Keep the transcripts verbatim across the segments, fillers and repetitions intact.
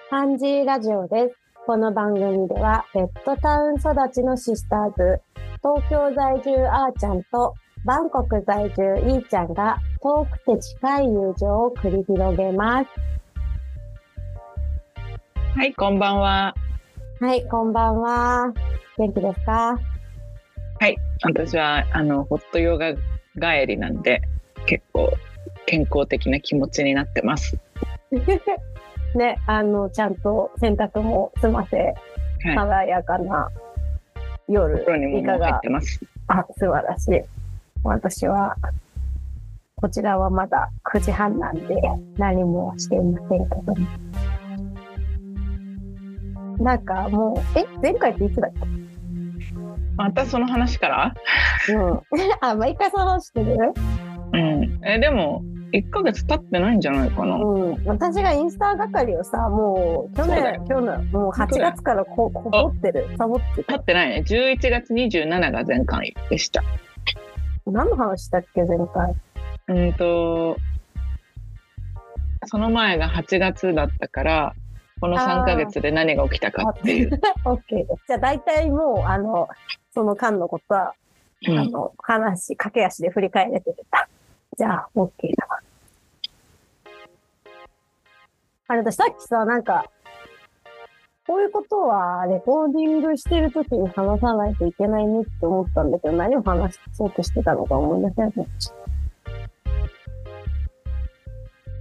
ハンジーラジオです。この番組ではベッドタウン育ちのシスターズ、東京在住あーちゃんとバンコク在住いーちゃんが遠くて近い友情を繰り広げます。 はい、こんばんは。 はい、こんばんは。元気ですか？ はい、私はあのホットヨガ帰りなんで結構健康的な気持ちになってます。 ね、あのちゃんと洗濯も済ませ、はい、爽やかな夜。 お風呂にももう入ってます。 あ、素晴らしい。私はこちらはまだくじはんなんで何もしていませんけど、なんかもうえ前回っていつだっけ？ またその話から？ うん。あ、毎回その話してる？ うん。えでもいっかげつ経ってないんじゃないかな。 うん。私がインスタ係をさ、もう去年去年もうはちがつからここぼってる、サボって経ってないね。じゅういちがつにじゅうしちが前回でした。 何の話したっけ前回？ うんとその前がはちがつだったから。このさんかげつで何が起きたかっていう。 オッケー。じゃあ大体もうあのその間のことは、うん、あの話駆け足で振り返れてた。じゃあオッケーだわ。あれだ、さっきさなんかこういうことはレコーディングしてるときに話さないといけないねって思ったんだけど、何を話そうとしてたのか思い出せなくなっちゃった。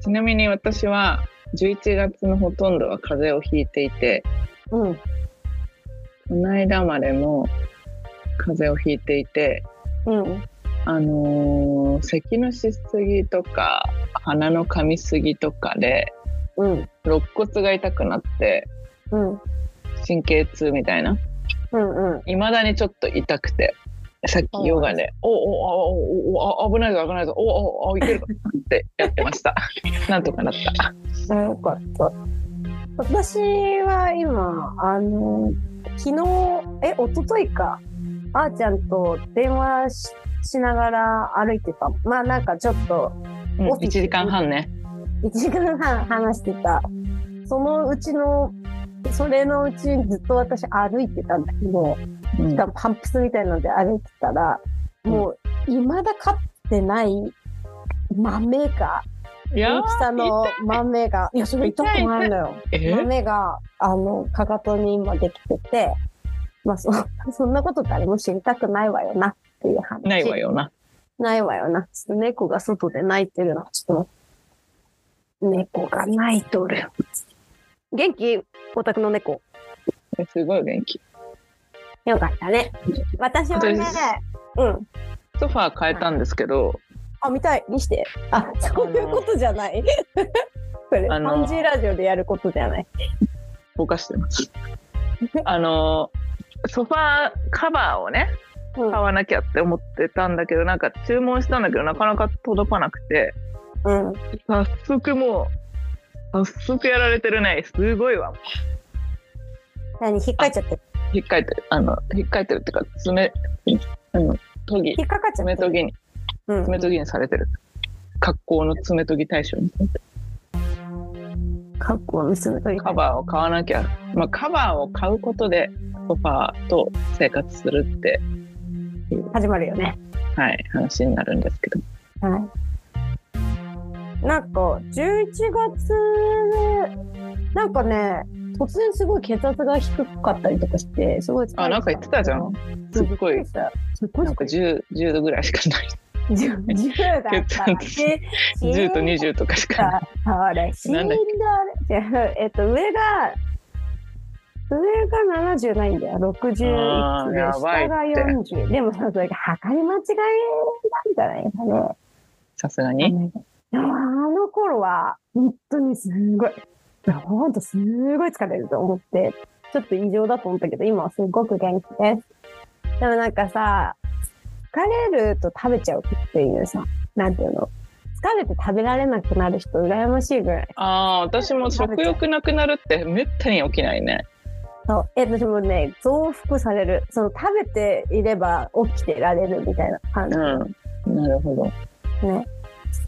ちなみに私はじゅういちがつのほとんどは風邪をひいていて、うん、この間までも風邪をひいていて、うん、あのー、咳のしすぎとか鼻の噛みすぎとかで、うん、肋骨が痛くなって、うん、神経痛みたいな、うんうん、未だにちょっと痛くて、さっきヨガでおおおお危ないぞ危ないぞおおおいけるかってやってましたなんとかなった。 よかった。私は今あの昨日え一昨日かあーちゃんと電話 し, しながら歩いてた。まあなんかちょっと、 うん、いちじかんはんね。 いちじかんはん話してた。そのうちのそれのうちずっと私歩いてたんだけど、うん、しかもパンプスみたいなので歩いてたら、うん、もう未だかってない豆が大きさの豆がいやそれ痛くないのよ。豆があのかかとに今できてて、まあ そ, そんなこと誰も知りたくないわよなっていう話。 ないわよな。 ないわよな。ちょっと猫が外で泣いてるの。ちょっと猫が泣いとる。元気？お宅の猫。 すごい元気。 よかったね。私はね、うん。 ソファー変えたんですけど。 あ、見たい。見して。あ、そういうことじゃない。これ、ハンジーラジオでやることじゃない。 ぼかしてます。あの、ソファーカバーをね、買わなきゃって思ってたんだけど、うん、なんか注文したんだけど、なかなか届かなくて、うん、早速もう、早速やられてるね。すごいわ。 何、引っかいちゃってる？ 引っかいてる。あの、引っかいてるっていうか、爪、あの、研ぎ。 引っかかっちゃってる。 爪研ぎに。爪研ぎにされてる。格好の爪研ぎ対象に。 格好の爪研ぎ。 カバーを買わなきゃ。まあ、カバーを買うことでソファーと生活するって始まるよね。 はい、話になるんですけど。 はい。なんかじゅういちがつでなんかね、突然すごい血圧が低かったりとかしてすごい疲れてた。 あ、なんか言ってたじゃん。すっごい。すっごいなんかじゅう、じゅうどぐらいしかない。 じゅうだったじゅうとにじゅうとかしかない。 あれ、死んだ。えっと、上が、上がななじゅうないんだよ。ろくじゅういちで、下がよんじゅう。でもさ、それが測り間違いなんじゃないかね。 さすがに。 あの頃は、本当にすごい、本当すごい疲れると思って、ちょっと異常だと思ったけど、今はすごく元気です。でもなんかさ、疲れると食べちゃうっていうさ、なんていうの、疲れて食べられなくなる人羨ましいぐらい。 ああ、私も食欲なくなるってめったに起きないね。 そう、え、私もね、増幅される。その食べていれば起きてられるみたいな感じ。 うん、なるほど。 ね。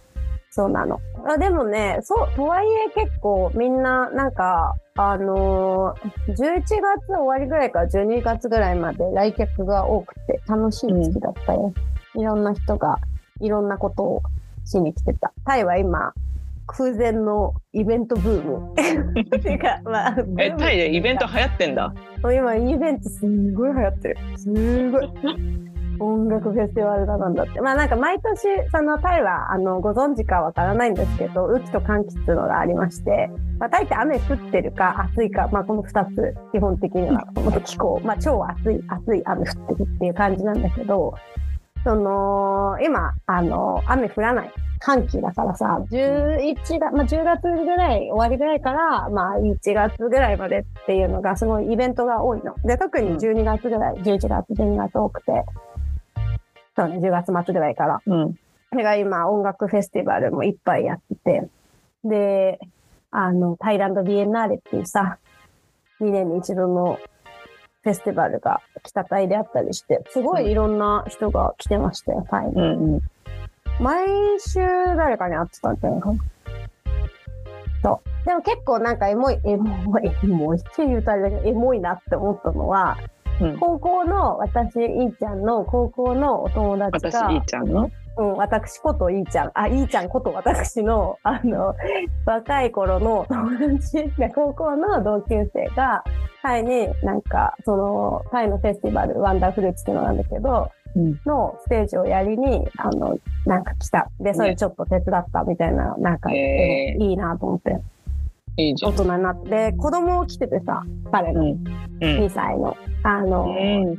そうなの。あでもね、そう、とはいえ結構みんな、なんか、あのー、じゅういちがつ終わりぐらいからじゅうにがつぐらいまで来客が多くて楽しい月だったよ。うん、いろんな人がいろんなことをしに来てた。タイは今、空前のイベントブーム。てか、まあ、 え、タイでイベント流行ってんだ。 今、イベントすんごい流行ってる。すごい。音楽フェスティバルだなんだって。まあなんか毎年、そのタイは、あの、ご存知かわからないんですけど、雨季と乾季っていうのがありまして、まあタイって雨降ってるか暑いか、まあこの二つ、基本的には、この気候、まあ超暑い、暑い雨降ってるっていう感じなんだけど、その、今、あの、雨降らない。寒気だからさ、じゅういちがつ、まあじゅうがつぐらい、終わりぐらいから、まあいちがつぐらいまでっていうのが、すごいイベントが多いの。で、特にじゅうにがつぐらい、じゅういちがつ、じゅうにがつ多くて、そうね、じゅうがつ末ぐらいから。うん。それが今、音楽フェスティバルもいっぱいやってて、で、あの、タイランドビエンナーレっていうさ、にねんに一度のフェスティバルが北タイであったりして、すごいいろんな人が来てましたよ、タイに。うんうん、毎週誰かに会ってたんじゃないかな。そう。でも結構なんかエモい、エモい、エモいって言うとあれだけど、エモいなって思ったのは、うん、高校の私、いーちゃんの高校のお友達が。 私、いーちゃんのうん、私こといーちゃん。あ、いーちゃんこと私の、あの、若い頃の友達、高校の同級生が、タイになんか、その、タイのフェスティバル、ワンダーフルーツっていうのなんだけど、うん、のステージをやりに、あの、なんか来た。で、それちょっと手伝ったみたいな、なんか、えー、いいなと思って。いいじゃん。大人になって、子供来ててさ、彼のにさいの、うん、あの、うん、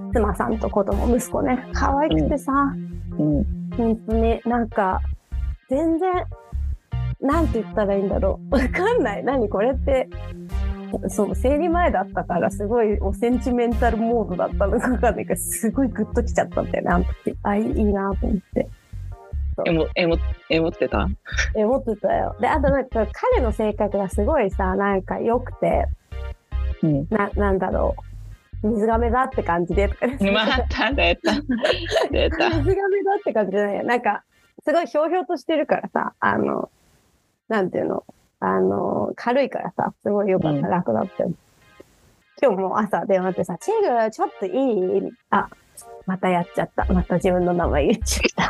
妻さんと子供、息子ね、可愛くてさ、うんうん、本当になんか、全然、なんて言ったらいいんだろう。わかんない。何これって、そう、生理前だったから、すごいおセンチメンタルモードだったのかわかんないけど、すごいグッときちゃったんだよね、あの時。あ、いいなと思って。 えも、えも、えもってたえもってたよ。で、あとなんか彼の性格がすごいさ、なんか良くて、うん、な、なんだろう。水亀だって感じでとか。 また出た。出た。 水亀だって感じじゃないよ。なんか、すごいひょうひょうとしてるからさ、あの、なんていうの、あの、軽いからさ、すごいよかった、うん、楽だったよ。今日も朝電話ってさ、チーグ、ちょっといい？あ、またやっちゃった。また自分の名前言っちゃった。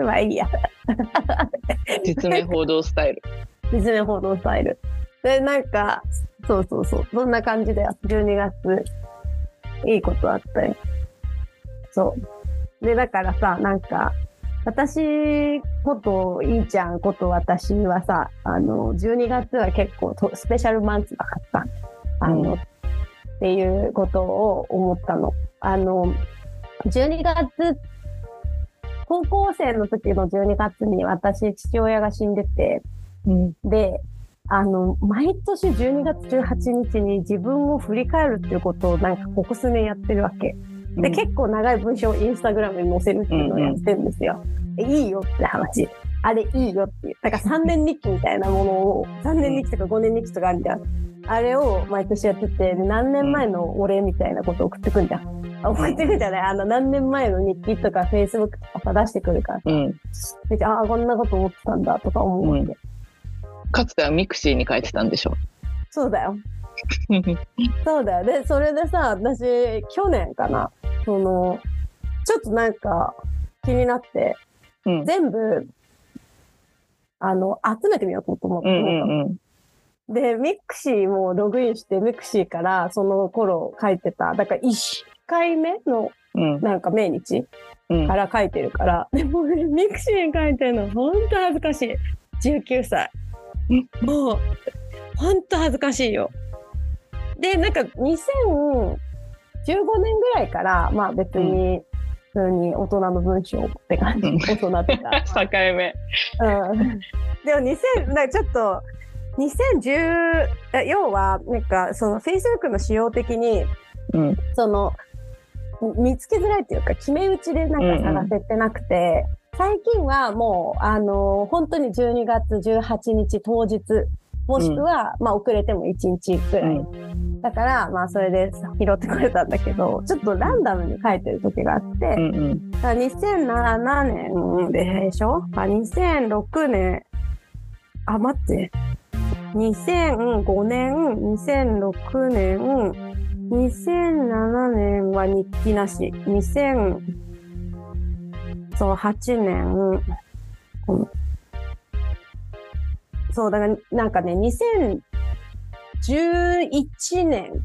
まあいいや。 実名報道スタイル。 実名報道スタイル。で、なんか、そうそうそう。そんな感じで、じゅうにがつ、いいことあったよ。そう。で、だからさ、なんか、私こと、いーちゃんこと私はさ、あの、じゅうにがつは結構スペシャルマンスだからさ、あの、うん、っていうことを思ったの。あの、じゅうにがつ、高校生の時のじゅうにがつに私、父親が死んでて、うん、で、あの、毎年じゅうにがつじゅうはちにちに自分を振り返るっていうことをなんかここ数年やってるわけ。で、うん、結構長い文章をインスタグラムに載せるっていうのをやってるんですよ。うんうん、いいよって話。あれいいよっていう。だからさんねん日記みたいなものを、さんねん日記とかごねん日記とかあるじゃん。あれを毎年やってて、何年前のお礼みたいなことを送ってくんじゃん。送ってくんじゃないあの、何年前の日記とか Facebook とかさ出してくるからさ。うん、でああ、こんなこと思ってたんだとか思うわけ。うんかつてはミクシーに書いてたんでしょ。 そうだよ。そうだよ。で、それでさ、私、去年かな、その、ちょっとなんか気になって、うん、全部、あの、集めてみようと思った。うんうんうん、で、ミクシーもログインして、ミクシーからその頃書いてた、だからいっかいめの、なんか命日から書いてるから、うん、でも、ね、ミクシーに書いてるの、ほんと恥ずかしい。じゅうきゅうさい。もう、ほんと恥ずかしいよ。で、なんかにせんじゅうごねんぐらいから、まあ別に、普通に大人の文章って感じ、うん、大人ってか。 境目。 うん。でもにせん、なんかちょっと、にせんじゅう、要は、なんかその Facebook の仕様的に、うん、その、見つけづらいっていうか、決め打ちでなんか探せてなくて、うんうん最近はもう、あのー、本当にじゅうにがつじゅうはちにち当日、もしくは、うん、まあ遅れてもいちにちくらいだから、まあ、それで拾ってくれたんだけど、ちょっとランダムに書いてる時があって、うんうん、だからにせんななねんでしょ？あ、にせんろくねん、あ、待って。にせんごねん、にせんろくねん、にせんななねんは日記なし。にせんはちねん、うん、そう、だからなんかね、にせんじゅういちねん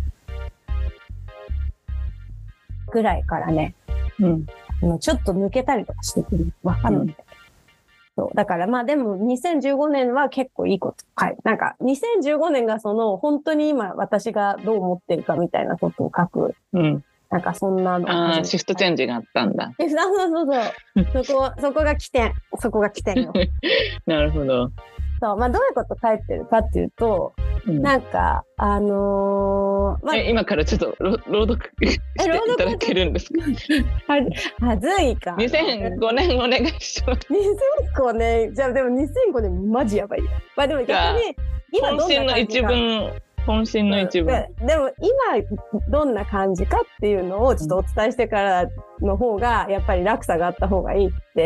ぐらいからね、うん、ちょっと抜けたりとかしてくる。わかんない。うん、そうだからまあでもにせんじゅうごねんは結構いいこと。はい。なんかにせんじゅうごねんがその本当に今私がどう思ってるかみたいなことを書く。うん。なんかそんなの。 ああ、シフトチェンジがあったんだ。 そうそうそうそう。そこ、そこが起点。そこが起点よ。 なるほど。 そう。まあどういうこと書いてるかっていうと、うん、なんか、あのー、まあ、 え、今からちょっと朗読していただけるんですか？ はずいか。 にせんごねんお願いします。 にせんごねん、じゃあでもにせんごねんマジやばいよ。まあでも逆に、 今どんな感じか。渾身の一文、渾身の一文、 うん。でも今どんな感じかっていうのをちょっとお伝えしてからの方が、やっぱり落差があった方がいいって、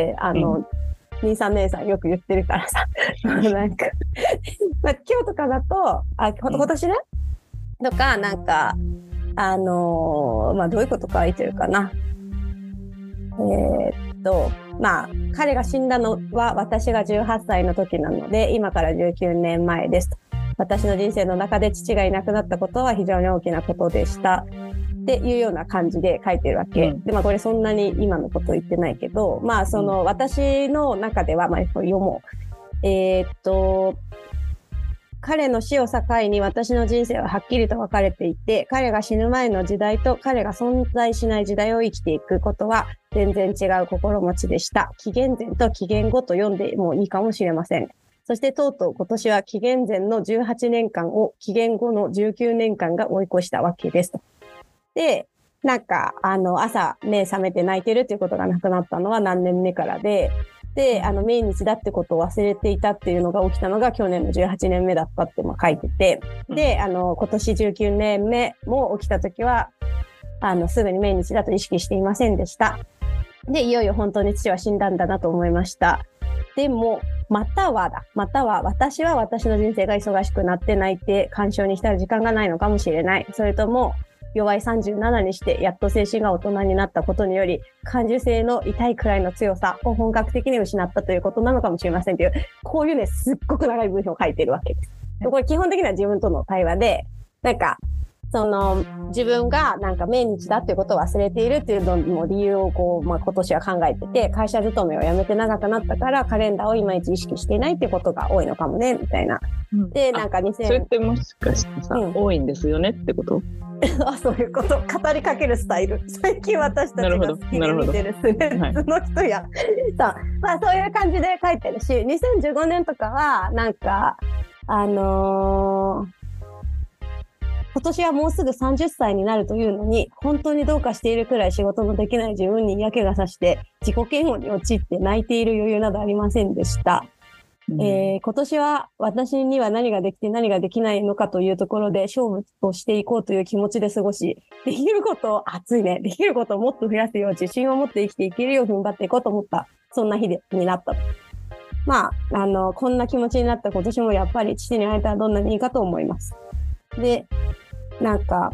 あの、うん、兄さん姉さんよく言ってるからさ。なんか、まあ、今日とかだと、あ、今年ね、とか、なんか、あのー、まあ、どういうこと書いてるかな。えー、っと、まあ、彼が死んだのは私がじゅうはっさいの時なので、今からじゅうきゅうねんまえですと。私の人生の中で父がいなくなったことは非常に大きなことでした。っていうような感じで書いてるわけ。うん、で、まあこれそんなに今のこと言ってないけど、まあその私の中では、まあこれ読もう。えー、っと、彼の死を境に私の人生ははっきりと分かれていて、彼が死ぬ前の時代と彼が存在しない時代を生きていくことは全然違う心持ちでした。紀元前と紀元後と読んでもいいかもしれません。そしてとうとう今年は紀元前のじゅうはちねんかんを紀元後のじゅうきゅうねんかんが追い越したわけですと。で、なんか、あの、朝目覚めて泣いてるっていうことがなくなったのは何年目からで、で、あの、命日だってことを忘れていたっていうのが起きたのが去年のじゅうはちねんめだったってまあ書いてて、で、あの、今年じゅうきゅうねんめも起きた時は、あの、すぐに命日だと意識していませんでした。で、いよいよ本当に父は死んだんだなと思いました。でも、またはだ。または、私は私の人生が忙しくなって泣いて、感傷に浸る時間がないのかもしれない。それとも、弱いさんじゅうななにしてやっと精神が大人になったことにより感受性の痛いくらいの強さを本格的に失ったということなのかもしれませんという、こういうね、すっごく長い文章を書いてるわけです。でこれ基本的には自分との対話で、なんか、その自分がなんか命日だっていうことを忘れているっていうのも理由をこう、まあ、今年は考えてて、会社勤めを辞めて長くなったからカレンダーをいまいち意識していないっていうことが多いのかもね、みたいな。 うん、で、なんかにせん、それってもしかしてさ、うん、多いんですよねってことあ、そういうこと。語りかけるスタイル。最近私たちが好きで見てるスレッズの人や。そう。まあそういう感じで書いてるし、にせんじゅうごねんとかは、なんか、あのー、今年はもうすぐさんじゅっさいになるというのに、本当にどうかしているくらい仕事のできない自分に嫌気がさして、自己嫌悪に陥って泣いている余裕などありませんでした。うんえー、今年は私には何ができて何ができないのかというところで勝負をしていこうという気持ちで過ごし、できることを、熱いね、できることをもっと増やすよう自信を持って生きていけるよう踏ん張っていこうと思った、そんな日でになったと。まあ、あの、こんな気持ちになった今年もやっぱり父に会えたらどんなにいいかと思います。で、なんか、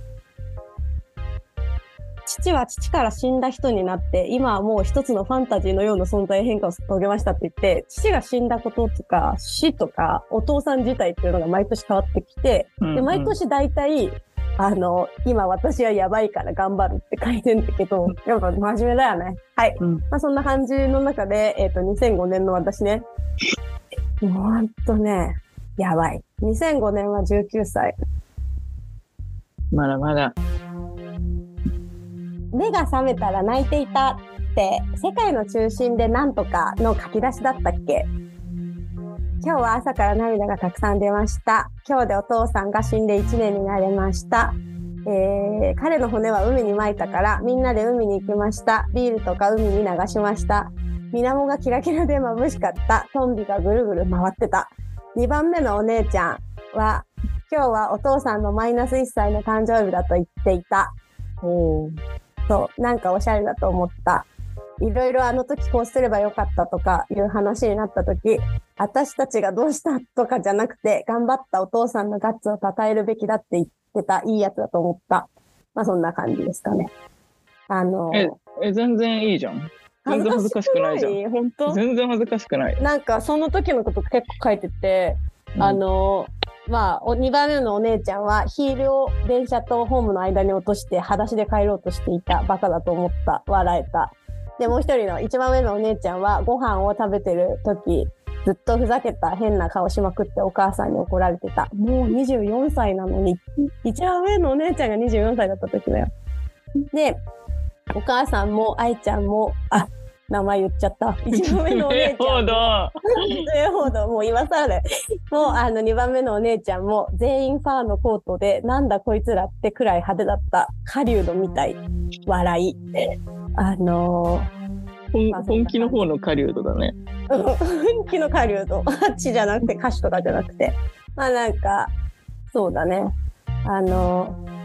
父は父から死んだ人になって、今はもう一つのファンタジーのような存在変化を遂げましたって言って、父が死んだこととか、死とか、お父さん自体っていうのが毎年変わってきて、うんうん、で、毎年大体、あの、今私はやばいから頑張るって書いてんだけど、やっぱ真面目だよね。はい。うん、まあそんな感じの中で、えっと、にせんごねんの私ね、もうほんとね、やばい。にせんごねんはじゅうきゅうさい。 まだまだ。 目が覚めたら泣いていたって世界の中心でなんとかの書き出しだったっけ。今日は朝から涙がたくさん出ました。今日でお父さんが死んでいちねんになりました。えー、彼の骨は海に撒いたからみんなで海に行きました。ビールとか海に流しました。水面がキラキラで眩しかった。トンビがぐるぐる回ってた。にばんめのお姉ちゃんは今日はお父さんのマイナスいっさいの誕生日だと言っていた。 おー。 そう、なんかおしゃれだと思った。いろいろあの時こうすればよかったとかいう話になった時、私たちがどうしたとかじゃなくて、頑張ったお父さんのガッツを称えるべきだって言ってた、いいやつだと思った。まあそんな感じですかね。あのえ、え全然いいじゃん。全然恥ずかしくないじゃん。 本当？ 全然恥ずかしくない。 なんかその時のこと結構書いてて、うん、あの、まあ、にばんめのお姉ちゃんはヒールを電車とホームの間に落として裸足で帰ろうとしていた。バカだと思った。笑えた。で、もう一人の一番上のお姉ちゃんはご飯を食べてる時、ずっとふざけた変な顔しまくってお母さんに怒られてた。もうにじゅうよんさいなのに、一番上のお姉ちゃんがにじゅうよんさいだった時だよ。で、お母さんも愛ちゃんも、あ、名前言っちゃった。一番目のお姉ちゃんも。上報道。もう今更だよ。もうあのにばんめのお姉ちゃんも全員ファーのコートで、なんだこいつらってくらい派手だった。狩人みたい。笑い。あのーまあ、本気の方の狩人だね。 本気の狩人。あっちじゃなくて歌手とかじゃなくて。まあなんか、そうだね。あのー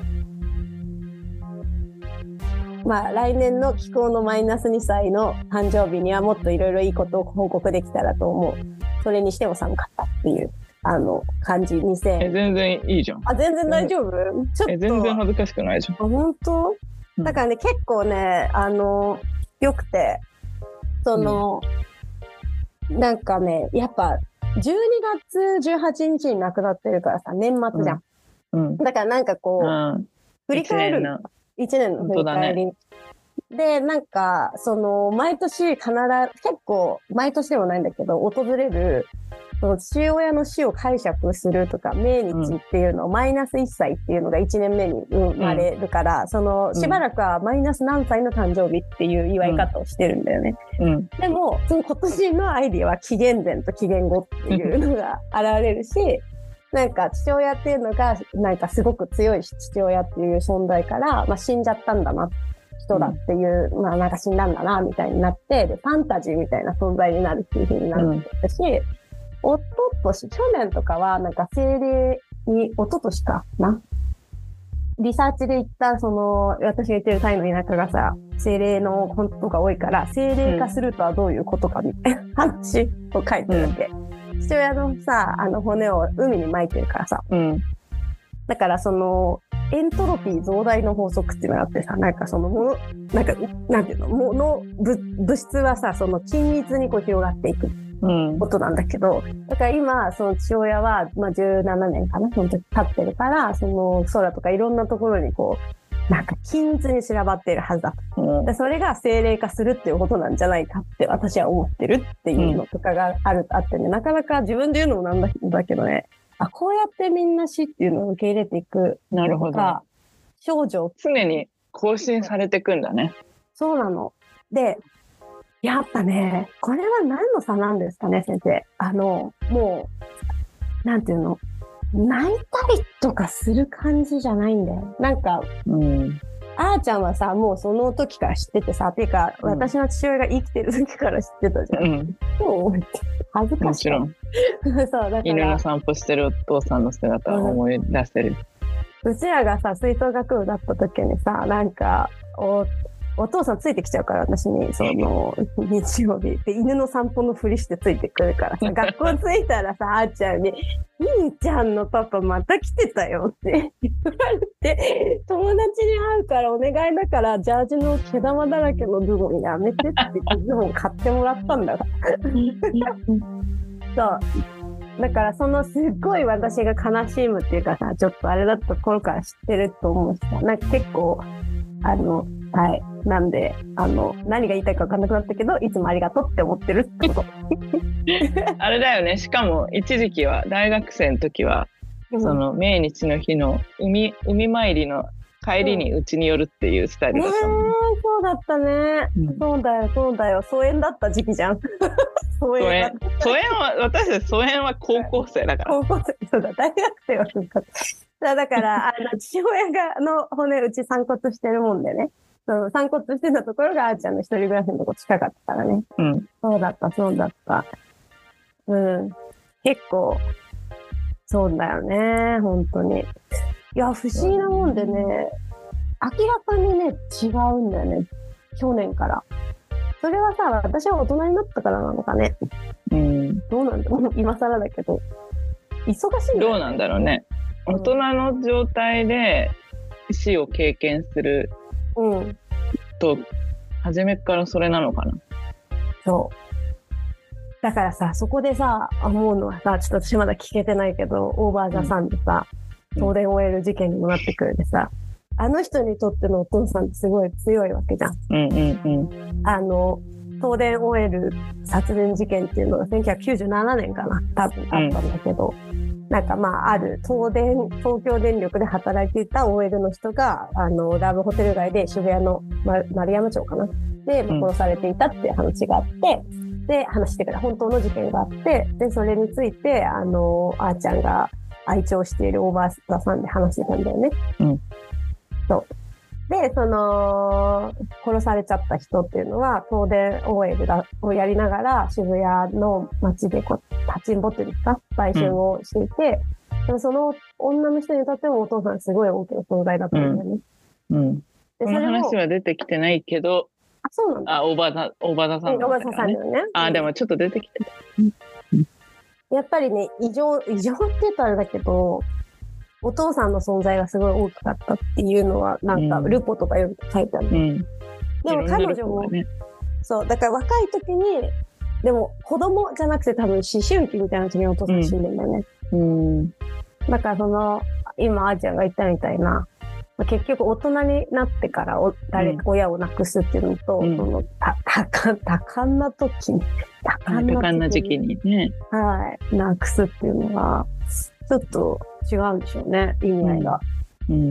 まあ来年の気候のマイナスにさいの誕生日にはもっといろいろいいことを報告できたらと思う。それにしても寒かったっていうあの感じ。にせんえん。 え全然いいじゃん。 あ全然大丈夫？ちょっと。 え全然恥ずかしくないじゃん。 あ本当？だからね、うん、結構ねあのよくてその、うん、なんかねやっぱじゅうにがつじゅうはちにちに亡くなってるからさ年末じゃん。うんうん、だからなんかこう、うん、振り返る。一年の振り返り、ね、でなんかその毎年必ず結構毎年でもないんだけど訪れるその父親の死を解釈するとか命日っていうのを、うん、マイナスいっさいっていうのがいちねんめに生まれるから、うん、そのしばらくはマイナス何歳の誕生日っていう祝い方をしてるんだよね、うん、でもその今年のアイディアは紀元前と紀元後っていうのが現れるしなんか父親っていうのがなんかすごく強い父親っていう存在から、まあ、死んじゃったんだな人だっていう、うん、まあなんか死んだんだなみたいになってでファンタジーみたいな存在になるっていう風になってたし、うん、おととし去年とかはなんか精霊におととしかなリサーチで言ったその私が言ってるタイの田舎がさ精霊のことが多いから精霊化するとはどういうことかみたいな話を書いてるわけ。うん父親のさ、あの骨を海に撒いてるからさ。うん。だからその、エントロピー増大の法則っていうのがあってさ、なんかそのもの、なんか、なんていうの、もの、物、物質はさ、その均一にこう広がっていくことなんだけど、うん、だから今、その父親は、まあじゅうななねんかな、その時経ってるから、その空とかいろんなところにこう、なんか均一に散らばっているはずだと、うん、でそれが精霊化するっていうことなんじゃないかって私は思ってるっていうのとかがある、うん、あってねなかなか自分で言うのもなんだけどねあこうやってみんな死っていうのを受け入れていくなるほど少女常に更新されていくんだねそうなのでやっぱねこれは何の差なんですかね先生あのもうなんていうの泣いたりとかする感じじゃないんだよ。なんか、うん、あーちゃんはさ、もうその時から知っててさ、ていうか、うん、私の父親が生きてる時から知ってたじゃん。うん、もう恥ずかしい。 もちろん。そうだから犬の散歩してるお父さんの姿を思い出せる。 うん、うちらがさ、吹奏楽部だった時にさ、なんか、おお父さんついてきちゃうから私にその日曜日で犬の散歩のふりしてついてくるからさ学校着いたらさあーちゃんに「兄ちゃんのパパまた来てたよ」って言われて友達に会うからお願いだからジャージの毛玉だらけのズボンやめてって言ってズボン買ってもらったんだからそうだからそのすっごい私が悲しむっていうかさちょっとあれだった頃から知ってると思うしさなんか結構あのはいなんであの何が言いたいか分かんなくなったけどいつもありがとうって思ってるってことあれだよねしかも一時期は大学生の時は、うん、その命日の日の海海参りの帰りにうちに寄るっていうスタイルだったの、ねうん、そうだったね、うん、そうだよそうだよ疎遠だった時期じゃん疎遠疎遠は私たち疎遠は高校生だから高校生そうだ大学生はそうかだからあの父親がの骨うち散骨してるもんでねその散骨してたところがあーちゃんの一人暮らしのとこ近かったからね、うん、そうだったそうだったうん結構そうだよね、本当に。いや、不思議なもんでね、明らかにね、違うんだよね、去年から。それはさ、私は大人になったからなのかね。 うん。 どうなんだろう、今更だけど。忙しいんだよね。 どうなんだろうね。うん、大人の状態で死を経験すると、うん、初めからそれなのかな。 そう。だからさ、そこでさ、思うのはさ、ちょっと私まだ聞けてないけど、オーバーザさんでさ、うん、東電 オーエル 事件にもなってくるでさ、あの人にとってのお父さんってすごい強いわけじゃん。 うんうんうん。 あの、東電 オーエル 殺人事件っていうのがせんきゅうひゃくきゅうじゅうななねんかな、多分あったんだけど、うん、なんかまあ、ある東電、東京電力で働いていた オーエル の人が、あの、ラブホテル街で渋谷の、ま、丸山町かなで、まあ、殺されていたっていう話があって、うん、で、話してくれた本当の事件があって、で、それについて、あの、あーちゃんが愛聴しているオーバーザさんで話してたんだよね。 うん。 そう。で、その、殺されちゃった人っていうのは、東電 オーエル をやりながら、渋谷の街でこう、立ちんぼっていうんですか、売春をしていて、うん、でもその女の人にとってもお父さんすごい大きな存在だったんだよね。 うん。うん、でこの話は出てきてないけど、 あ、そうなんだ。 あ、オーバーザ、オーバーザさんだったからね。 オーバーザさんだよね。 あ、でもちょっと出てきてた。 やっぱりね、異常、異常って言ったらあれだけど、お父さんの存在がすごい大きかったっていうのは、なんか、ルポとか読むと書いてある、ね。うん、でも彼女も、ね、そう、だから若い時に、でも子供じゃなくて多分思春期みたいな時にお父さん死んでんだよね。うん。だからその、今あーちゃんが言ったみたいな、結局大人になってからお誰か親を亡くすっていうのと、うん、そのた多多感な時に多感な時期にね、 はい、亡くすっていうのがちょっと違うんでしょうね、意味合いが。うん。うん、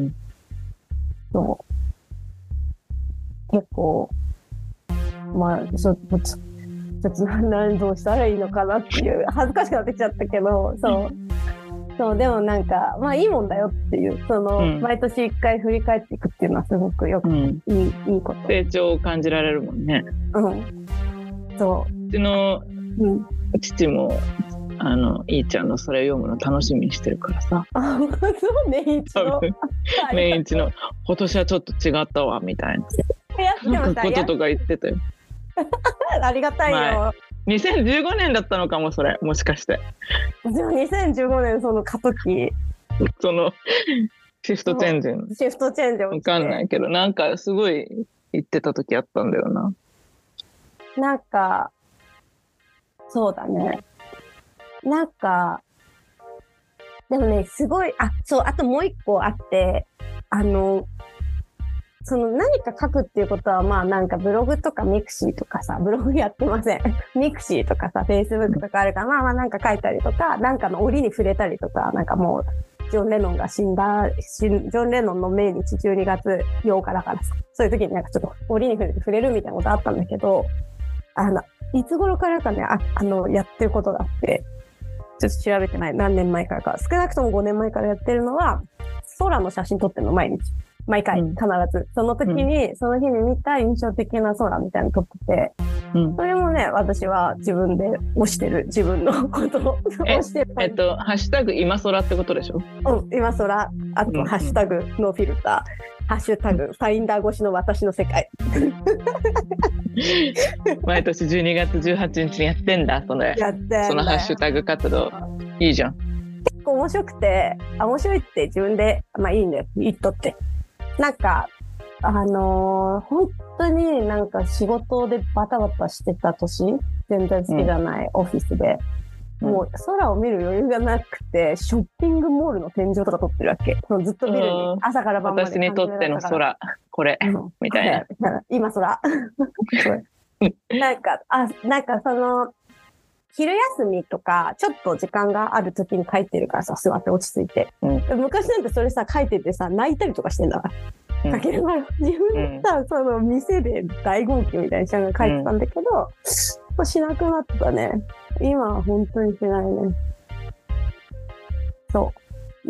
そう結構まあちょっとちょっと何どうしたらいいのかなっていう恥ずかしくなってきちゃったけど、そう。そう、でもなんか、まあいいもんだよっていう、その、うん、毎年一回振り返っていくっていうのはすごくよく、うん、いい、いいこと。 成長を感じられるもんね。 うん。そう。 うちの父も、あの、いーちゃんのそれ読むの楽しみにしてるからさ。 あ、そうね、年一の。 年一の、今年はちょっと違ったわ、みたいな。 やってました。 なんかこととか言ってたよ。 ありがたいよ。まあにせんじゅうごねんだったのかも、それもしかして。 じゃあにせんじゅうごねんその過渡期そのシフトチェンジのシフトチェンジわかんないけど、なんかすごい言ってた時あったんだよな。 なんかそうだね。なんかでもね、すごい、あ、そう、あともう一個あって、あのその何か書くっていうことはまあなんかブログとかミクシーとかさ、ブログやってません。ミクシーとかさ、フェイスブックとかあるから、まあまあなんか書いたりとか、なんかの折に触れたりとか、なんかもう、ジョン・レノンが死んだ、ジョン・レノンの命日じゅうにがつようかだからさ、そういう時になんかちょっと折に触れて触れるみたいなことあったんだけど、あの、いつ頃からかね、あ、あの、やってることがあって、ちょっと調べてない。何年前からか。少なくともごねんまえからやってるのは、空の写真撮ってるの、毎日。毎回、必ず。うん、その時に、うん、その日に見た印象的な空みたいなの撮ってて、うん、それもね、私は自分で推してる、自分のことを推してる。 えっと、ハッシュタグ今空ってことでしょ？ うん、今空。あと、うん、ハッシュタグノーフィルター。ハッシュタグ、ファインダー越しの私の世界。 毎年じゅうにがつじゅうはちにちにやってんだ、それ。 やってんだよ。 そのハッシュタグ活動。いいじゃん。 結構面白くて、あ、面白いって自分で、まあいいんだよ、言っとって。なんか、あのー、本当になんか仕事でバタバタしてた年、全然好きじゃない、うん、オフィスで、もう空を見る余裕がなくて、ショッピングモールの天井とか撮ってるわけ。ずっとビルに、朝から晩まで。 私にとっての空、これ、うん、みたいな。 今空。なんか、あ、なんかその、昼休みとか、ちょっと時間がある時に書いてるからさ、座って落ち着いて。うん、昔なんてそれさ、書いててさ、泣いたりとかしてんだから。書けるから、自分でさ、その店で大号泣みたいにちゃんが書いてたんだけど、うん、しなくなったね。今は本当にしないね。そう。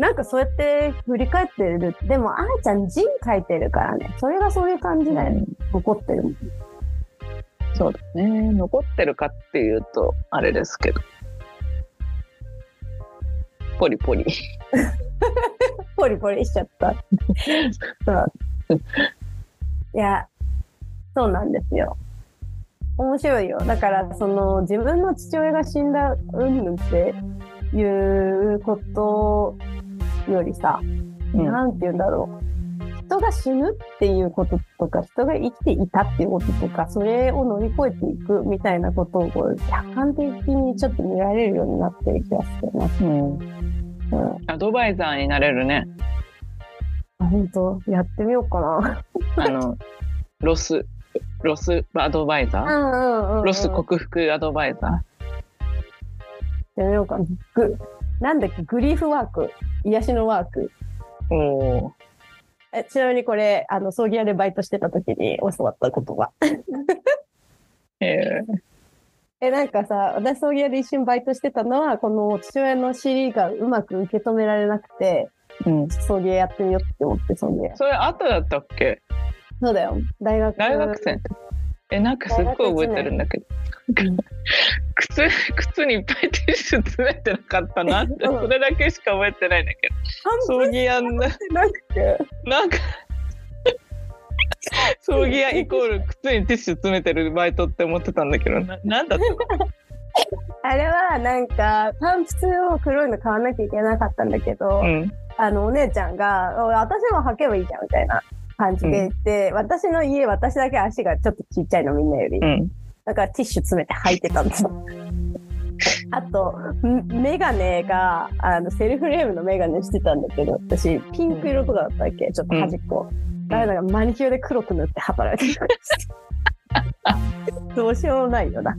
なんかそうやって振り返ってる。でも、あーちゃん字書いてるからね。それがそういう感じだよね。残ってるもん。 そうだね。残ってるかっていうとあれですけど、 ポリポリポリポリしちゃったそういやそうなんですよ。面白いよ。だからその自分の父親が死んだうんぬんっていうことよりさ、うん、なんて言うんだろう、人が死ぬっていうこととか、人が生きていたっていうこととか、それを乗り越えていくみたいなことをこう客観的にちょっと見られるようになってる気がしてます、うんうん、 アドバイザーになれるね。 あ、本当やってみようかなあのロスロスアドバイザー、うんうんうんうん、ロス克服アドバイザーやってみようかな。グなんだっけ、グリーフワーク、癒しのワーク。 おえちなみにこれあの葬儀屋でバイトしてた時に教わった言葉えー、 えなんかさ、私葬儀屋で一瞬バイトしてたのはこの父親の尻がうまく受け止められなくて、うん、葬儀屋やってみようって思って。葬儀屋それ後だったっけ？ そうだよ、大学大学生えなんかすっごい覚えてるんだけど、うん、靴靴にいっぱいティッシュ詰めてなかったなってそれだけしか覚えてないんだけど、葬儀屋のなくてなんか葬儀屋イコール靴にティッシュ詰めてるバイトって思ってたんだけど な, なんだったあれはなんかパンプスを黒いの買わなきゃいけなかったんだけど、うん、あのお姉ちゃんが私も履けばいいじゃんみたいな感じで言って、うん、私の家私だけ足がちょっとちっちゃいのみんなより、うん、だからティッシュ詰めて履いてたんですよあとメガネがあのセルフレームのメガネしてたんだけど、私ピンク色とかだったっけ、ちょっと端っこ、うん、だからマニキュアで黒く塗って働いてるどうしようもないよな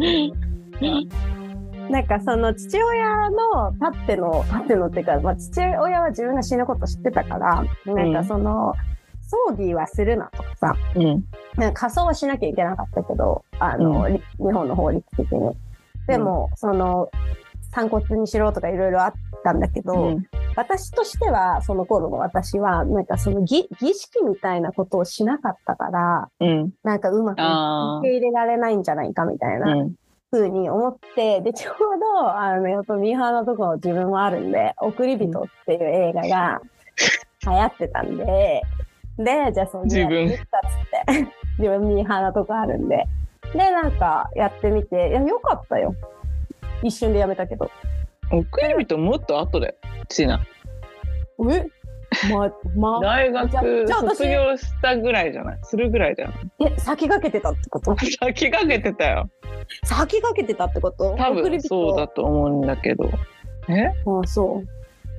なんかその父親のたってのたってのっていうか、まあ、父親は自分が死ぬこと知ってたから、なんかその、うん葬儀はするなとかさ、うん、なんか仮装はしなきゃいけなかったけど、あの、うん、日本の法律的に。でも、うん、その、散骨にしろとかいろいろあったんだけど、うん、私としては、その頃の私は、なんかその儀、儀式みたいなことをしなかったから、うん、なんかうまく受け入れられないんじゃないかみたいな。風に思って、で、ちょうど、あの、やっぱミーハーなところ自分もあるんで、送り人っていう映画が流行ってたんで、で、じゃあその自分やってみたっつって自分ミーハーなとこあるんで、でなんかやってみて、いやよかったよ。一瞬でやめたけど。 送り人もっと後でしな。 え、まま大学卒業したぐらいじゃない？するぐらいじゃない？ え、先駆けてたってこと？ 先駆けてたよ。 先駆けてたってこと？ 多分そうだと思うんだけど。え？ ああ、そう。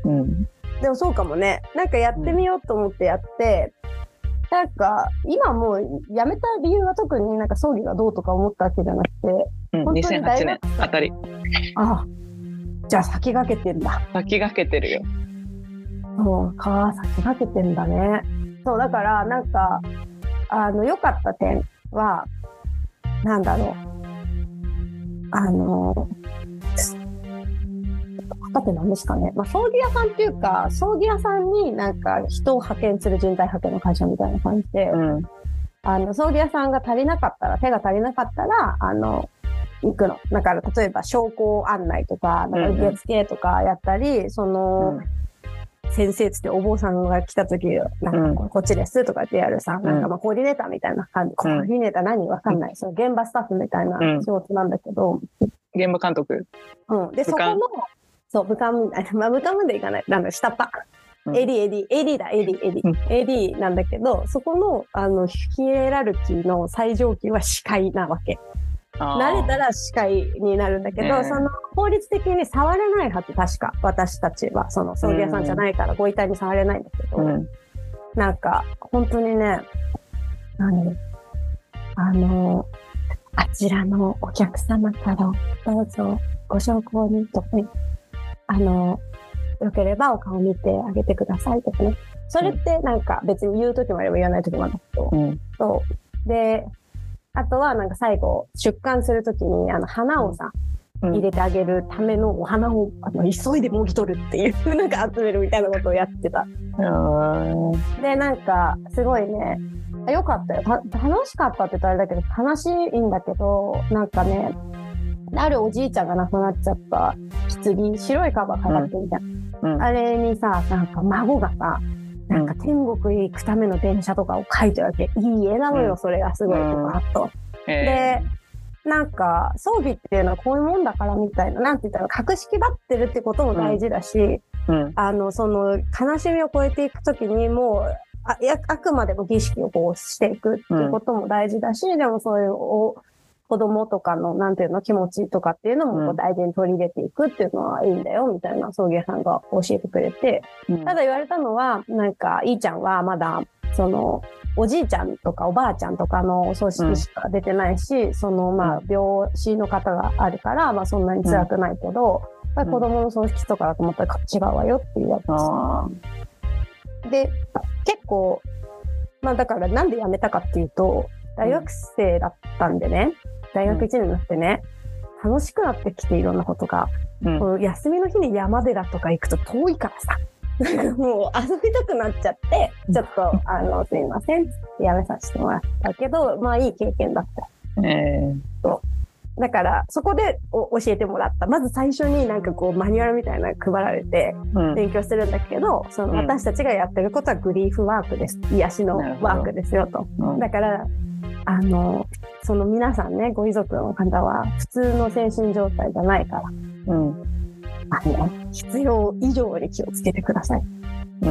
うん。でもそうかもね。なんかやってみようと思ってやって。うん、なんか今もう辞めた理由は特になんか葬儀がどうとか思ったわけじゃなくて、 うん、本当ににせんはちねんあたり。 ああ、じゃあ先駆けてんだ。 先駆けてるよ。 そうか、先駆けてんだね。そうだからなんかあの良かった点はなんだろう、あのだって何ですかね、まあ、葬儀屋さんっていうか、葬儀屋さんになんか人を派遣する人材派遣の会社みたいな感じで、うん、あの葬儀屋さんが足りなかったら、手が足りなかったら、あの、行くの。だから例えば商工案内とか、なんか受付とかやったり、うん、その、うん、先生つってお坊さんが来た時、なんかこっちですとかってやるさ、うん、なんかまあコーディネーターみたいな感じ、うん、コーディネーター何わかんない、その現場スタッフみたいな仕事なんだけど、 うん、現場監督。 うん。で、そこの、そう、部下みたいな、まあ、部下までいかない。なんだ、下っ端。うん、エーディー、エーディー、エーディー だ、エーディー、エーディー。うん、エーディー なんだけど、そこの、あの、ヒエラルキーの最上級は司会なわけ。慣れたら司会になるんだけど、えー、その、法律的に触れないはず、確か。私たちは、その、葬儀屋さんじゃないから、ご遺体に触れないんだけど、うん、なんか、本当にね、何あの、あちらのお客様からどうぞご焼香にとかね、あの、よければお顔見てあげてくださいとかね。それってなんか別に言うときもあれば言わないときもあるんだけど、うん、そう。で、あとはなんか最後、出棺するときにあの花をさ、うん、入れてあげるためのお花をあの急いでもぎ取るっていう、なんか集めるみたいなことをやってた。で、なんかすごいね、よかったよ。た楽しかったって言ったらあれだけど、楽しいんだけど、なんかね、 あるおじいちゃんが亡くなっちゃった棺、白いカバーかかってるじゃん、うん、あれにさ、なんか孫がさ、なんか天国行くための電車とかを書いてるわけ。いい絵なのよ、それがすごいとかと、うんえー、でなんか葬儀っていうのはこういうもんだからみたいな、なんて言ったら格式ばってるってことも大事だし、うん、あのその悲しみを超えていくときにもう あ, あくまでも儀式をこうしていくっていうことも大事だし、うん、でもそういうお子供とかのなんていうの気持ちとかっていうのもこう大事に取り入れていくっていうのはいいんだよみたいな葬儀屋さんが教えてくれて、うん、ただ言われたのはなんかいいちゃんはまだそのおじいちゃんとかおばあちゃんとかのお葬式しか出てないし、うん、そのまあ病死の方があるからまあそんなに辛くないけど、うん、子供の葬式とかだと思ったら違うわよっていうやつで、結構まあだからなんで辞めたかっていうと大学生だったんでね、大学いちねんになってね、うん、楽しくなってきていろんなことが、うん、この休みの日に山寺とか行くと遠いからさもう遊びたくなっちゃってちょっとあのすいませんってやめさせてもらったけど、まあいい経験だった、えー、だからそこでお教えてもらった。まず最初になんかこうマニュアルみたいなの配られて勉強してるんだけど、うん、その私たちがやってることはグリーフワークです、癒しのワークですよと、うん、だからあのその皆さんねご遺族の方は普通の精神状態じゃないから、うんあの必要以上に気をつけてください、うん、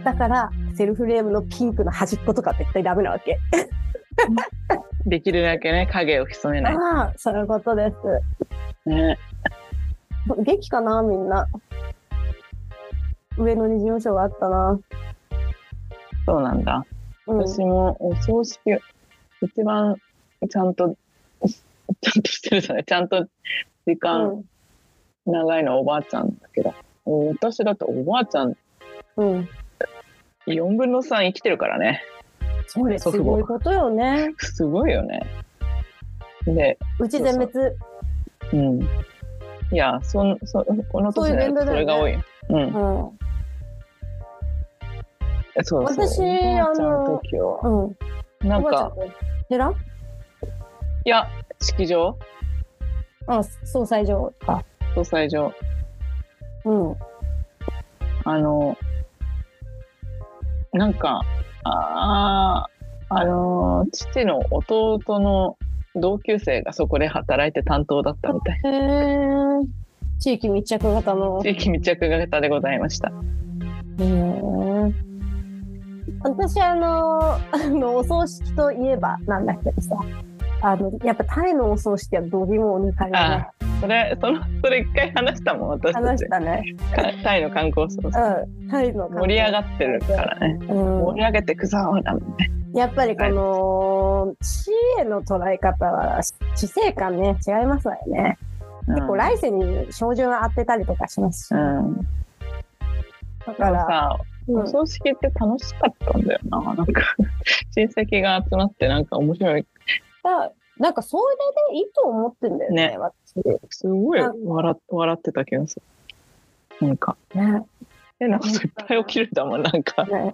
だからセルフレームのピンクの端っことか絶対ダメなわけできるだけね影を潜めない。 ああそういうことです、ね、元気かなみんな。上野に事務所があったな。 そうなんだ、うん、私もお葬式一番ちゃんとちゃんとしてるじゃない、ちゃんと時間、うん長いのはおばあちゃんだけど、私だっておばあちゃん、うん、よんぶんのさん生きてるからね。 そうです、すごいことよね。 すごいよね。で、 うち全滅。 そうそううん。いや、そそこの年でそれが多い。うん。うん、そうそう。 私あの、 うん、なんか寺？ いや式場？ あ、葬祭場か。 葬祭場。 うん。 あの、なんか、ああの、父の弟の同級生がそこで働いて担当だったみたい。 へー。地域密着型の。 地域密着型でございました。へー。私、あの、あの、お葬式といえばなんだけどさ、あの、やっぱタイのお葬式はどぎもを抜かれるね。 それ、その、それ一回話したもん、私たち。 話したね。 タイの観光葬式。 うん。タイの盛り上がってるからね。うん、盛り上げてくぞーだもんね。 やっぱりこの、死への捉え方は、死生観ね、違いますわよね。うん、結構来世に照準を当てたりとかしますし。うん、 だから、さ、お葬式って楽しかったんだよな。なんか、親戚が集まってなんか面白い。 なんかそれでいいと思ってんだよね、ね私。 すごい笑笑ってた気がする。なんか、ね、変なこといっぱい起きるんだもん、なんか。ね、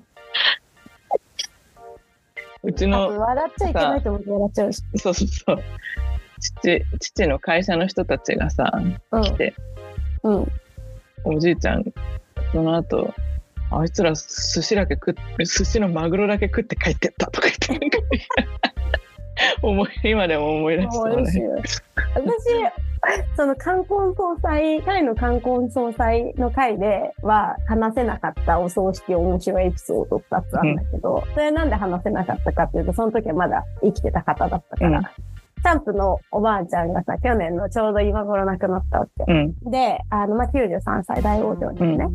うちの。 笑っちゃいけないと思って笑っちゃうし。 そうそうそう。父、父の会社の人たちがさ、うん、来て、うん、おじいちゃん、その後、あいつら寿司だけ食って、寿司のマグロだけ食って帰ってったとか言って。思い今でも思い出したね。 私その冠婚葬祭タイの冠婚葬祭の回では話せなかったお葬式面白いエピソードふたつあるんだけど、うん、それなんで話せなかったかっていうとその時はまだ生きてた方だったから、うん、チャンプのおばあちゃんがさ去年のちょうど今頃亡くなったわけ、うん、であの、まあ、きゅうじゅうさんさい大往生ですね、うん、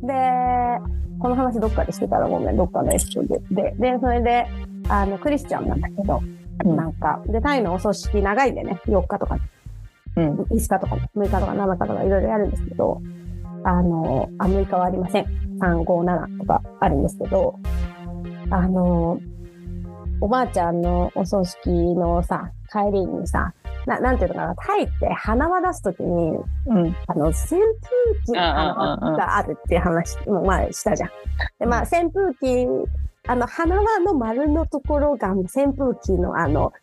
でこの話どっかでしてたらごめんどっかのエピソードででそれであのクリスチャンなんだけどなんか、で、タイのお葬式長いんでね、よっかとか、うん、いつかとか、むいかとかなのかとかいろいろやるんですけど、あの、あ、むいかはありません。さん、ご、ななとかあるんですけど、あの、おばあちゃんのお葬式のさ、帰りにさ、ななんていうのかな、タイって花輪出すときに、うん、あの、扇風機の花輪があるっていう話も前したじゃん。で、まあ、扇風機、あの、花輪の丸のところが扇風機のあの、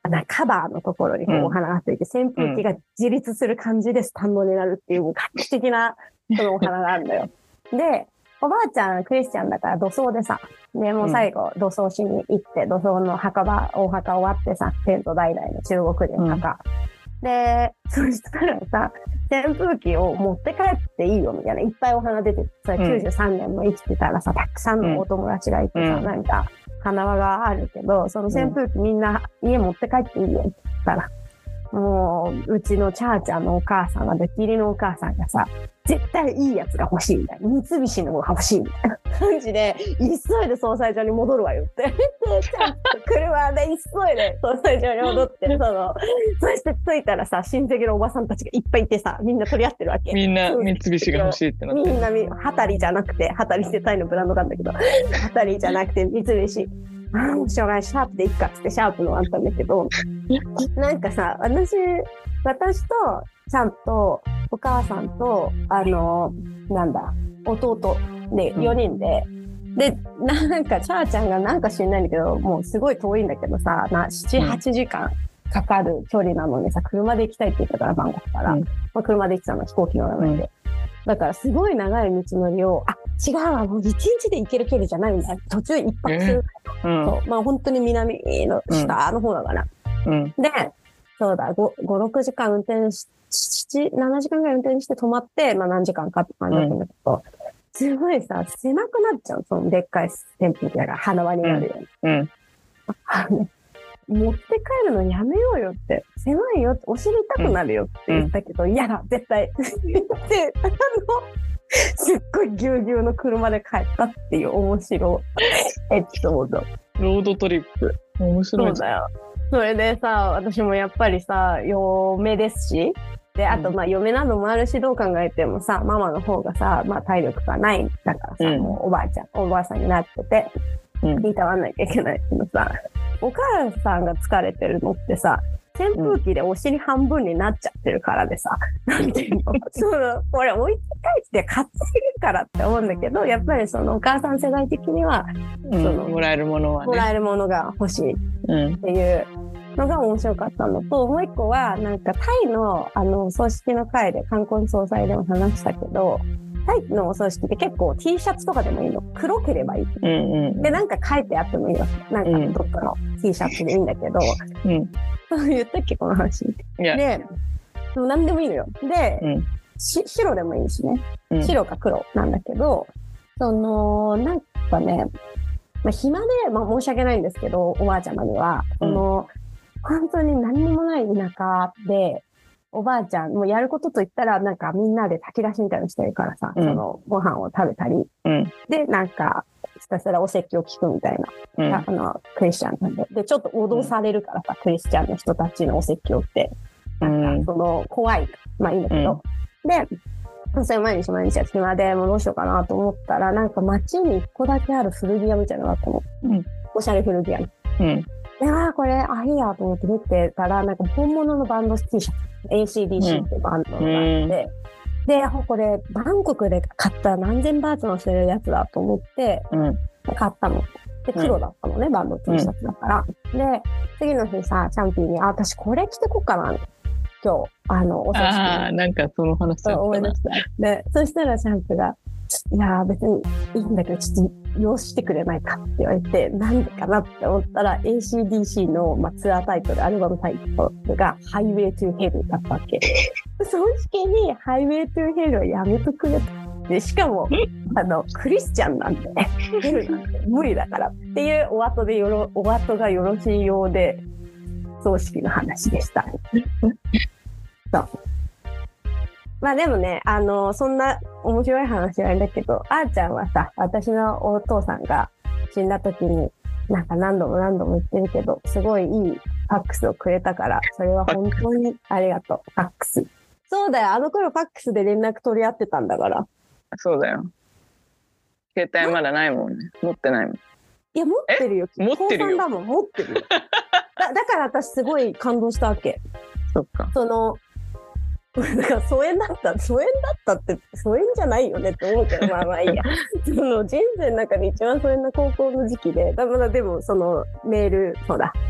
なカバーのところにこうお花がついて、うん、扇風機が自立する感じでスタンドになるっていう画期的なそのお花があるんだよ。で、おばあちゃんクリスチャンだから土葬でさ、でもう最後土葬しに行って、土葬の墓場、大墓終わってさ、先祖代々の中国人墓。うん、で、そしたらさ、扇風機を持って帰っていいよみたいな、いっぱいお花出てて、それきゅうじゅうさんねんも生きてたらさ、たくさんのお友達がいてさ、うん、なんか、花輪があるけど、その扇風機みんな家持って帰っていいよって言ったら、もう、うちのチャーちゃんのお母さんが、できりのお母さんがさ、絶対いいやつが欲しいみたいな。三菱のが欲しいみたいな感じで、急いで総裁所に戻るわよって。で、ちゃんと車で急いで総裁所に戻って、その、そして着いたらさ、親戚のおばさんたちがいっぱいいてさ、みんな取り合ってるわけ。 みんな三菱が欲しいってなって。 みんな、ハタリじゃなくて、ハタリってタイのブランドなんだけど、ハタリじゃなくて三菱。ああ、もうしょうがない、シャープでいっかっつってシャープのあったんだけど、なんかさ、私、私と、ちゃんと、お母さんと、あの、なんだ、弟でよにんで、うん、で、なんか、チャーちゃんがなんか知んないんだけど、もうすごい遠いんだけどさ、な、なな、はちじかんかかる距離なのにさ、車で行きたいって言ったから、バンコクから、うん、まあ、車で行ってたの、飛行機の名前で。うん、だから、すごい長い道のりを、あ、違うわ、もう一日で行ける距離じゃないんだ。途中一泊する。えーうん、そう、まあ本当に南の下の方だから。うん、で、そうだ、ご、ご、ろくじかん運転し、なな、ななじかんぐらい運転して止まって、まあ何時間かって感じだったんだけど、うん、すごいさ、狭くなっちゃう。そのでっかい扇風機が花輪になるように。うんうんあの持って帰るのやめようよって、狭いよって、お尻痛くなるよって言ったけど、嫌、うん、だ、絶対。で、あの、すっごいぎゅうぎゅうの車で帰ったっていう面白いエピソード。 ロードトリップ。面白い。 そうだよ。それでさ、私もやっぱりさ、嫁ですし、で、あとまあ嫁などもあるし、どう考えてもさ、ママの方がさ、まあ体力がないんだからさ、うん、もうおばあちゃん、おばあさんになってて、聞いたわんなきゃいけないけどさ、お母さんが疲れてるのってさ、扇風機でお尻半分になっちゃってるからでさ、うん、なんていうのその、これ置いて帰って担いるからって思うんだけど、やっぱりそのお母さん世代的には、 うん、そのもらえるものはね。 もらえるものが欲しいっていうのが面白かったのと、もう一個は、なんかタイのあの、お葬式の会で、冠婚葬祭でも話したけど、タイのお葬式って結構 T シャツとかでもいいの。黒ければいい。うんうん、で、なんか書いてあってもいいの。なんかどっかの T シャツでいいんだけど、うん、そう言ったっけこの話。で、何でもいいのよ。で、うん、し白でもいいしね。白か黒なんだけど、その、なんかね、まあ、暇で、まあ申し訳ないんですけど、おばあちゃまには、その、うん、本当に何にもない田舎で、おばあちゃん、もうやることと言ったら、なんかみんなで炊き出しみたいにしてるからさ、うん、そのご飯を食べたり、うん、で、なんか、ひたすらお説教を聞くみたいな、うん、あの、クリスチャンなんで。で、ちょっと脅されるからさ、うん、クリスチャンの人たちのお説教って、なんか、その、怖い。まあいいんだけど。うん、で、それ毎日毎日は暇で、もうどうしようかなと思ったら、なんか街に一個だけある古着屋みたいなのがあったの。うん、おしゃれ古着屋に。うんで、ああ、これ、あ、いいやと思って見てたら、なんか本物のバンド T シャツ、エーシーディーシー っていうバンドがあって、うん、で、これ、バンコクで買った何千バーツのしてるやつだと思って、うん、買ったの。で、黒だったのね、うん、バンド T シャツだから。うん、で、次の日さ、チャンピーに、あ、私これ着てこっかな、今日、あの、お葬式。 ああ、なんかその話だったな。 思い出した。で、そしたらチャンプが、いやー別にいいんだけど、ちょっと用してくれないかって言われて、なんでかなって思ったら、エーシーディーシー の、まあ、ツアータイトル、アルバムタイトルが、ハイウェイトゥーヘルだったわけ。正直に、ハイウェイトゥーヘルはやめとくれと。で、しかも、あの、クリスチャンなんで、ヘルなんて無理だからっていうお後でよろ、お後がよろしいようで、葬式の話でした。そう。まあでもね、あの、そんな面白い話はないんだけど、あーちゃんはさ、私のお父さんが死んだ時に、なんか何度も何度も言ってるけど、すごいいいファックスをくれたから、それは本当にありがとう、ファックス。そうだよ、あの頃ファックスで連絡取り合ってたんだから。 そうだよ。携帯まだないもんね。持ってないもん。 いや、持ってるよ。 持ってるよ。 高さんだもん、持ってるよ。だ、だから私すごい感動したわけ。 そっか。 その、だから疎遠だった、疎遠だったって疎遠じゃないよねって思うけど、まあまあいいや。その人生の中で一番疎遠な高校の時期で、だまだでもそのメール、そうだ、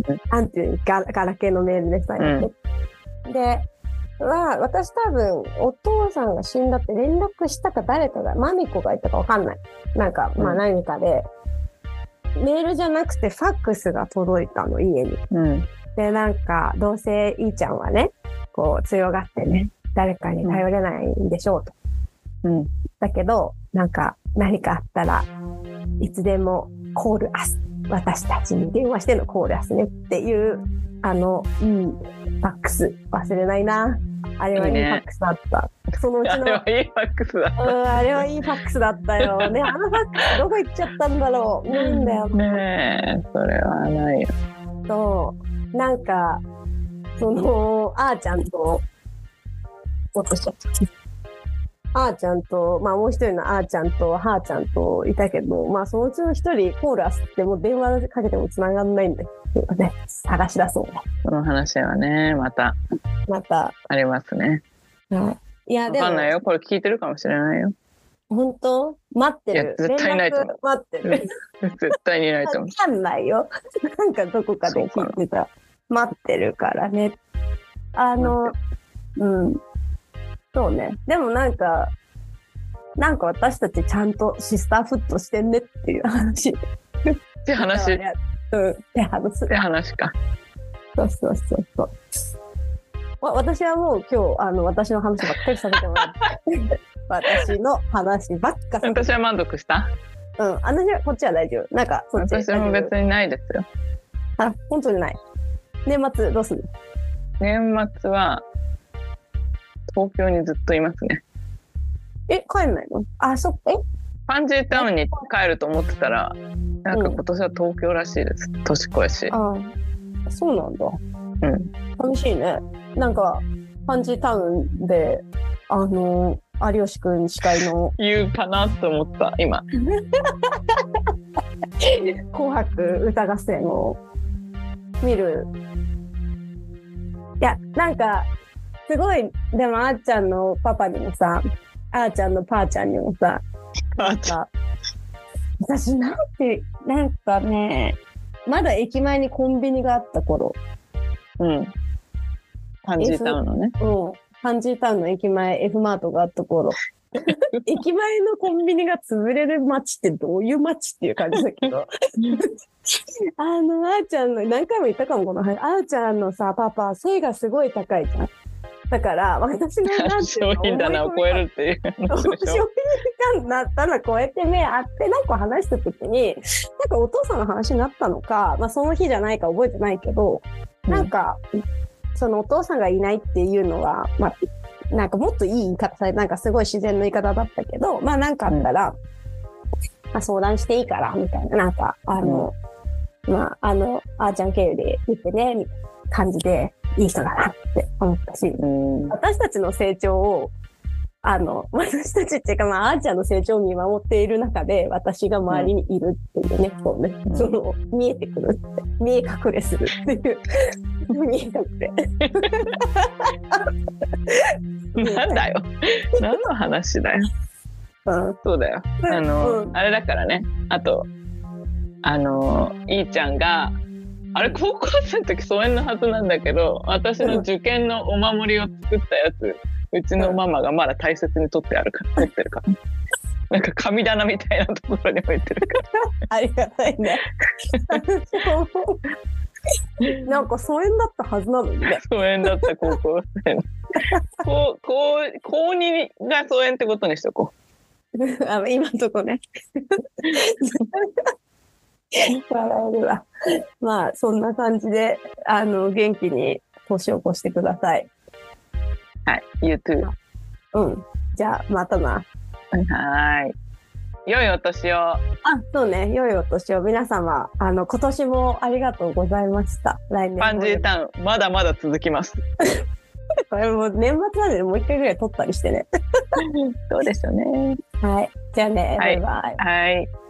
なんていうガガラケーのメールでさ、うん、では私多分お父さんが死んだって連絡したか誰かがマミコが言ったかわかんない、なんかまあ何かで、うん、メールじゃなくてファックスが届いたの家に、うん、でなんかどうせいいちゃんはねこう強がってね誰かに頼れないんでしょうと、うん、だけどなんか何かあったらいつでもコールアス、私たちに電話してのコールアスねっていうあのいいファックス忘れないな。あれはいいファックスだった。いいね、そのうちのあれはいいファックスだった。 うん、あれはいいファックスだったよね。あのファックスどこ行っちゃったんだろう。ないんだよね。えそれはないよ。 そうなんかそのあーちゃんと落としちゃった。あーちゃんと、まあもう一人のあーちゃんとはーちゃんといたけど、まあそのうちの一人コールアスってもう電話かけても繋がんないんだよね。探し出そうね。 その話はね、また。 また。 ありますね。 はい。いや、でも。 わかんないよ。これ聞いてるかもしれないよ。 本当？待ってる。 いや、絶対ないと思う。 待ってる。 絶対にないと思う。 わかんないよ。なんかどこかで聞いてた。待ってるからね。あの、うん。そうね。でもなんか、なんか私たちちゃんとシスターフットしてんねっていう話。 って話。うん。 って話。 って話か。 そうそうそうそう。私はもう今日、あの、私の話ばっかりさせてもらって。私の話ばっかさせて。 私は満足した？ うん。私はこっちは大丈夫。なんか、そっち私も別にないですよ。 あ、本当にない。年末どうする？ 年末は、東京にずっといますね。 え、帰んないの？あ、そっか。え？ パンジータウンに帰ると思ってたら、なんか今年は東京らしいです。うん、年越えし。 ああ、そうなんだ。 うん。 寂しいね。なんか、パンジータウンで、あの、有吉くん司会の。 言うかなと思った、今。 紅白歌合戦を見る。いや、なんか、すごい、でもあーちゃんのパパにもさ、あーちゃんのパーちゃんにもさ、なんか、私なんて、なんかね、まだ駅前にコンビニがあった頃。 うん。パンジータウンのね。 うん。パンジータウンの駅前 F マートがあった頃。駅前のコンビニが潰れる街ってどういう街っていう感じだけど。あの、あーちゃんの、何回も言ったかも、この話。あーちゃんのさ、パパ、背がすごい高いじゃん。だから、私のなんていうの商品棚を超えるっていう。 商品棚ったら超えて目あって、なんか話した時に、なんかお父さんの話になったのか、まあその日じゃないか覚えてないけど、なんか、うん、そのお父さんがいないっていうのは、まあ、なんかもっといい言い方され、なんかすごい自然の言い方だったけど、まあなんかあったら、うん、まあ相談していいから、みたいな、なんか、あの、うん、まあ、あの、あーちゃん経由で言ってね、みたいな感じで、いい人だなって思ったし、うん、私たちの成長を、あの、私たちっていうか、まあ、あーちゃんの成長を見守っている中で、私が周りにいるっていうね、うん、そうね、うん、その、見えてくるって、見え隠れするっていう、見え隠れ。 なんだよ。何の話だよ。うん、そうだよ。あの、うん、あれだからね、あと、あの、いーちゃんが、あれ高校生の時疎遠のはずなんだけど、私の受験のお守りを作ったやつ、うちのママがまだ大切に取ってあるから取ってるからなんか神棚みたいなところに置いてるからありがたいねなんか疎遠だったはずなのにね疎遠だった高校生の高高高にが疎遠ってことにしとこうあ今のとこね笑えるわ。まあそんな感じであの元気に年を越してください。 はい、You too。 うん。じゃあまたな。 はい。良いお年を。あ、 そうね。良いお年を。皆様あの今年もありがとうございました。来年も。 パンジータウンまだまだ続きます。 これもう年末までもう一回ぐらい撮ったりしてね。 どうでしょうね。 はい。じゃあね。 はい、 バイバイ。 はい。